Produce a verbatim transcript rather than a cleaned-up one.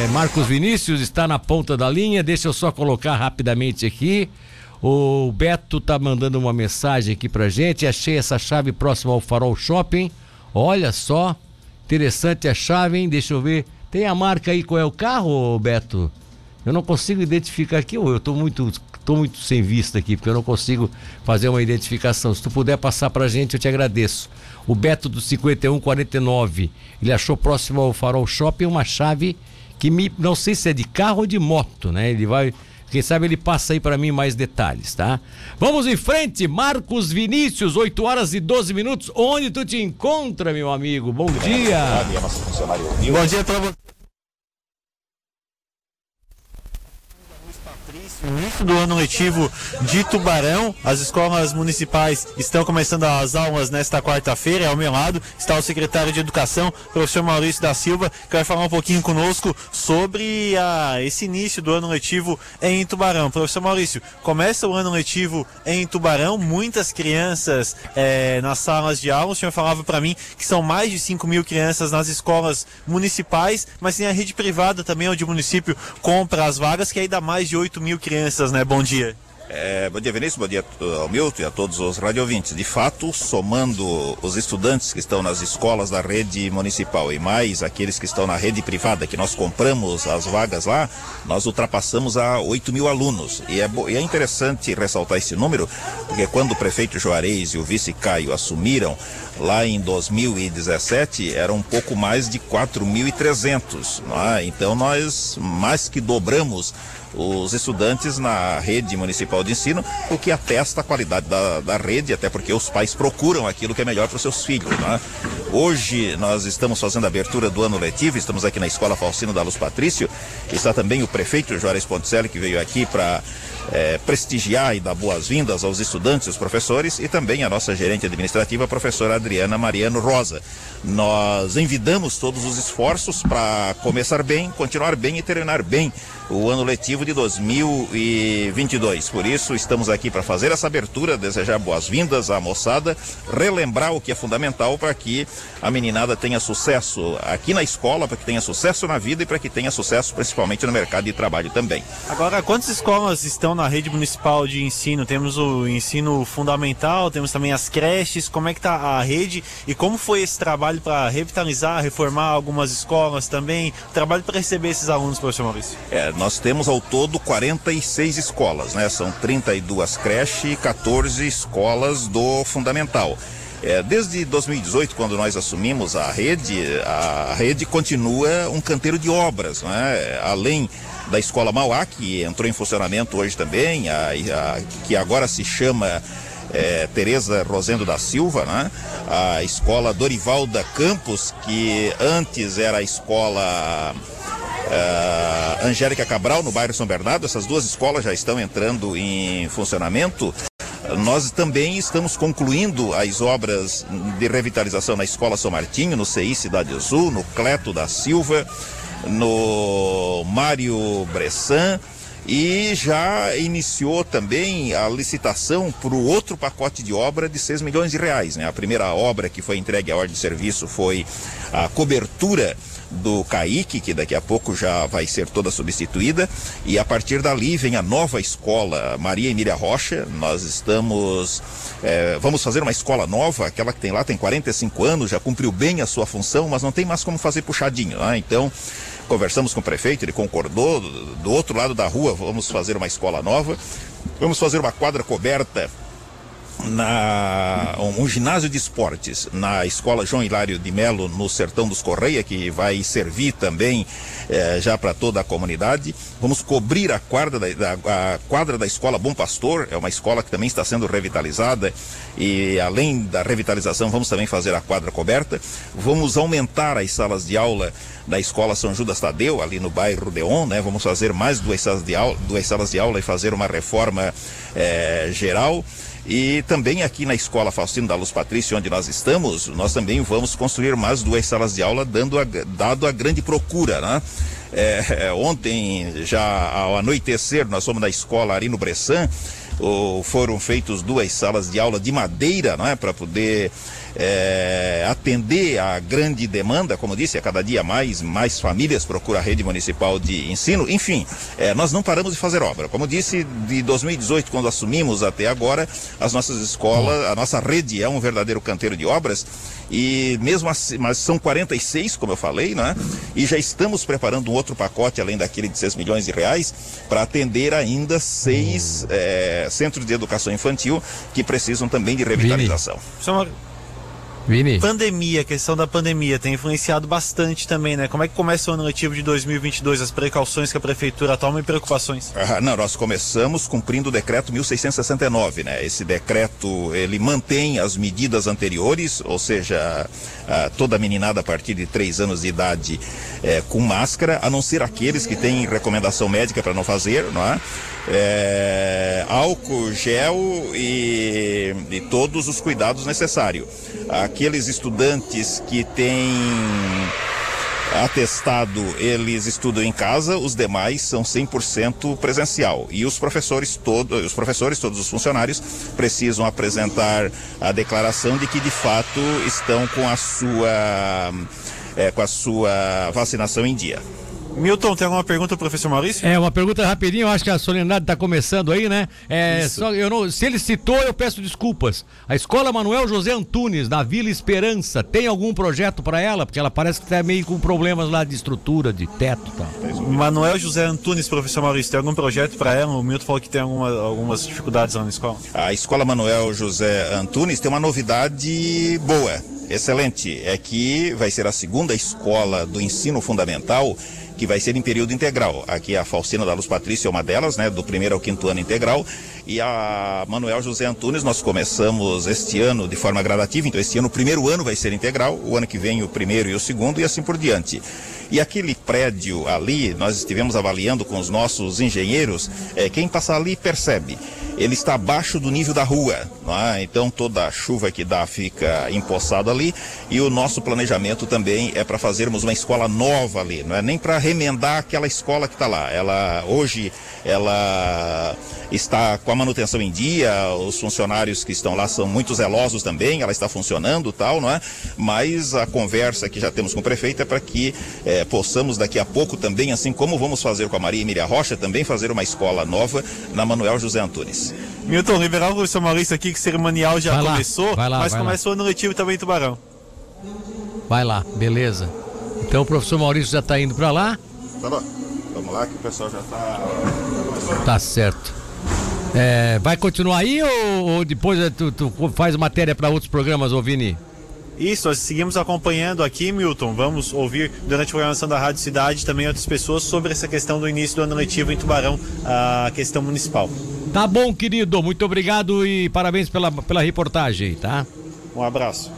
Marcos Vinícius está na ponta da linha, deixa eu só colocar rapidamente aqui. O Beto tá mandando uma mensagem aqui pra gente. Achei essa chave próxima ao Farol Shopping. Olha só, interessante a chave, hein? Deixa eu ver. Tem a marca aí, qual é o carro, Beto? Eu não consigo identificar aqui, eu tô muito, tô muito sem vista aqui, porque eu não consigo fazer uma identificação. Se tu puder passar pra gente, eu te agradeço. O Beto do cinquenta e um quarenta e nove, ele achou próximo ao Farol Shopping uma chave que me, não sei se é de carro ou de moto, né? Ele vai, quem sabe ele passa aí pra mim mais detalhes, tá? Vamos em frente, Marcos Vinícius, oito horas e doze minutos, onde tu te encontra, meu amigo? Bom dia! Bom dia pra você. Início do ano letivo de Tubarão, as escolas municipais estão começando as aulas nesta quarta-feira. Ao meu lado está o secretário de Educação, professor Maurício da Silva, que vai falar um pouquinho conosco sobre a, esse início do ano letivo em Tubarão. Professor Maurício, começa o ano letivo em Tubarão, muitas crianças é, nas salas de aula. O senhor falava para mim que são mais de cinco mil crianças nas escolas municipais, mas tem a rede privada também, onde o município compra as vagas, que aí dá mais de oito mil crianças, né? Bom dia. É, bom dia, Vinícius, bom dia ao Milton e a todos os radiovintes. De fato, somando os estudantes que estão nas escolas da rede municipal e mais aqueles que estão na rede privada, que nós compramos as vagas lá, nós ultrapassamos a oito mil alunos. E é, e é interessante ressaltar esse número, porque quando o prefeito Juarez e o vice Caio assumiram, lá em dois mil e dezessete, eram um pouco mais de quatro mil e trezentos. É? Então nós mais que dobramos os estudantes na rede municipal de ensino, o que atesta a qualidade da, da rede, até porque os pais procuram aquilo que é melhor para os seus filhos, né? Hoje nós estamos fazendo a abertura do ano letivo, estamos aqui na Escola Faustino da Luz Patrício, está também o prefeito Juarez Ponticelli, que veio aqui para é, prestigiar e dar boas-vindas aos estudantes e os professores, e também a nossa gerente administrativa, a professora Adriana Mariano Rosa. Nós envidamos todos os esforços para começar bem, continuar bem e terminar bem o ano letivo de dois mil e vinte e dois. Por isso, estamos aqui para fazer essa abertura, desejar boas-vindas à moçada, relembrar o que é fundamental para que a meninada tenha sucesso aqui na escola, para que tenha sucesso na vida e para que tenha sucesso principalmente no mercado de trabalho também. Agora, quantas escolas estão na rede municipal de ensino? Temos o ensino fundamental, temos também as creches. Como é que está a rede e como foi esse trabalho para revitalizar, reformar algumas escolas também? Trabalho para receber esses alunos, professor Maurício? É, nós temos ao todo quarenta e seis escolas, né? São trinta e duas creches e quatorze escolas do fundamental. É, desde dois mil e dezoito, quando nós assumimos a rede, a rede continua um canteiro de obras, né? Além da Escola Mauá, que entrou em funcionamento hoje também, a, a, que agora se chama é, Tereza Rosendo da Silva, né? A Escola Dorivalda Campos, que antes era a Escola Uh, Angélica Cabral, no bairro São Bernardo. Essas duas escolas já estão entrando em funcionamento. Nós também estamos concluindo as obras de revitalização na Escola São Martinho, no C I Cidade Azul, no Cleto da Silva, no Mário Bressan, e já iniciou também a licitação para o outro pacote de obra de seis milhões de reais, né? A primeira obra que foi entregue à ordem de serviço foi a cobertura do Caique, que daqui a pouco já vai ser toda substituída, e a partir dali vem a nova escola Maria Emília Rocha. Nós estamos é, vamos fazer uma escola nova, aquela que tem lá tem quarenta e cinco anos, já cumpriu bem a sua função, mas não tem mais como fazer puxadinho, né? Então conversamos com o prefeito, ele concordou. Do outro lado da rua vamos fazer uma escola nova, vamos fazer uma quadra coberta, na um, um ginásio de esportes na Escola João Hilário de Melo, no Sertão dos Correia, que vai servir também eh, já para toda a comunidade. Vamos cobrir a quadra da, da, a quadra da Escola Bom Pastor, é uma escola que também está sendo revitalizada, e além da revitalização vamos também fazer a quadra coberta. Vamos aumentar as salas de aula da Escola São Judas Tadeu, ali no bairro Deon, né? Vamos fazer mais duas salas de aula, duas salas de aula e fazer uma reforma eh, geral. E também aqui na Escola Faustino da Luz Patrício, onde nós estamos, nós também vamos construir mais duas salas de aula, dando a, dado a grande procura, né? É, ontem, já ao anoitecer, nós fomos na escola Arino Bressan, ou foram feitas duas salas de aula de madeira, né, para poder é, atender a grande demanda, como disse, a cada dia mais, mais famílias procuram a rede municipal de ensino. Enfim, é, nós não paramos de fazer obra. Como disse, de dois mil e dezoito, quando assumimos até agora, as nossas escolas, a nossa rede é um verdadeiro canteiro de obras. E mesmo assim, mas são quarenta e seis, como eu falei, né? E já estamos preparando um outro pacote, além daquele de seis milhões de reais, para atender ainda seis é, centros de educação infantil que precisam também de revitalização. Vini. Pandemia, a questão da pandemia tem influenciado bastante também, né? Como é que começa o ano letivo de dois mil e vinte e dois, as precauções que a prefeitura toma e preocupações? Ah, não, nós começamos cumprindo o decreto mil seiscentos e sessenta e nove, né? Esse decreto, ele mantém as medidas anteriores, ou seja, ah, toda meninada a partir de três anos de idade eh, com máscara, a não ser aqueles que têm recomendação médica para não fazer, não é? É, álcool, gel e, e todos os cuidados necessários. Aqueles estudantes que têm atestado, eles estudam em casa, os demais são cem por cento presencial. E os professores, todo, os professores, todos os funcionários, precisam apresentar a declaração de que de fato estão com a sua, é, com a sua vacinação em dia. Milton, tem alguma pergunta, professor Maurício? É, uma pergunta rapidinho, eu acho que a solenidade está começando aí, né? É, só, eu não, se ele citou, eu peço desculpas. A Escola Manuel José Antunes, na Vila Esperança, tem algum projeto para ela? Porque ela parece que está meio com problemas lá de estrutura, de teto e tal. Manuel José Antunes, professor Maurício, tem algum projeto para ela? O Milton falou que tem alguma, algumas dificuldades lá na escola. A Escola Manuel José Antunes tem uma novidade boa, excelente. É que vai ser a segunda escola do ensino fundamental que vai ser em período integral. Aqui a Faustina da Luz Patrícia é uma delas, né, do primeiro ao quinto ano integral, e a Manuel José Antunes nós começamos este ano de forma gradativa, então este ano o primeiro ano vai ser integral, o ano que vem o primeiro e o segundo e assim por diante. E aquele prédio ali, nós estivemos avaliando com os nossos engenheiros, é, quem passar ali percebe, ele está abaixo do nível da rua, não é? Então toda a chuva que dá fica empoçada ali, e o nosso planejamento também é para fazermos uma escola nova ali, não é nem para remendar aquela escola que está lá. Ela hoje ela está com a manutenção em dia, os funcionários que estão lá são muito zelosos também, ela está funcionando, tal, não é? Mas a conversa que já temos com o prefeito é para que é, possamos daqui a pouco também, assim como vamos fazer com a Maria Emília Rocha, também fazer uma escola nova na Manuel José Antunes. Milton, liberar o professor Maurício aqui, que o cerimonial já vai começou, lá, lá, mas começa o ano letivo também em Tubarão. Vai lá, beleza. Então o professor Maurício já está indo para lá. Tá bom. Vamos lá que o pessoal já está... Tá certo. É, vai continuar aí ou, ou depois tu, tu faz matéria para outros programas, ô Vini? Isso, nós seguimos acompanhando aqui, Milton. Vamos ouvir durante a programação da Rádio Cidade também outras pessoas sobre essa questão do início do ano letivo em Tubarão, a questão municipal. Tá bom, querido. Muito obrigado e parabéns pela, pela reportagem, tá? Um abraço.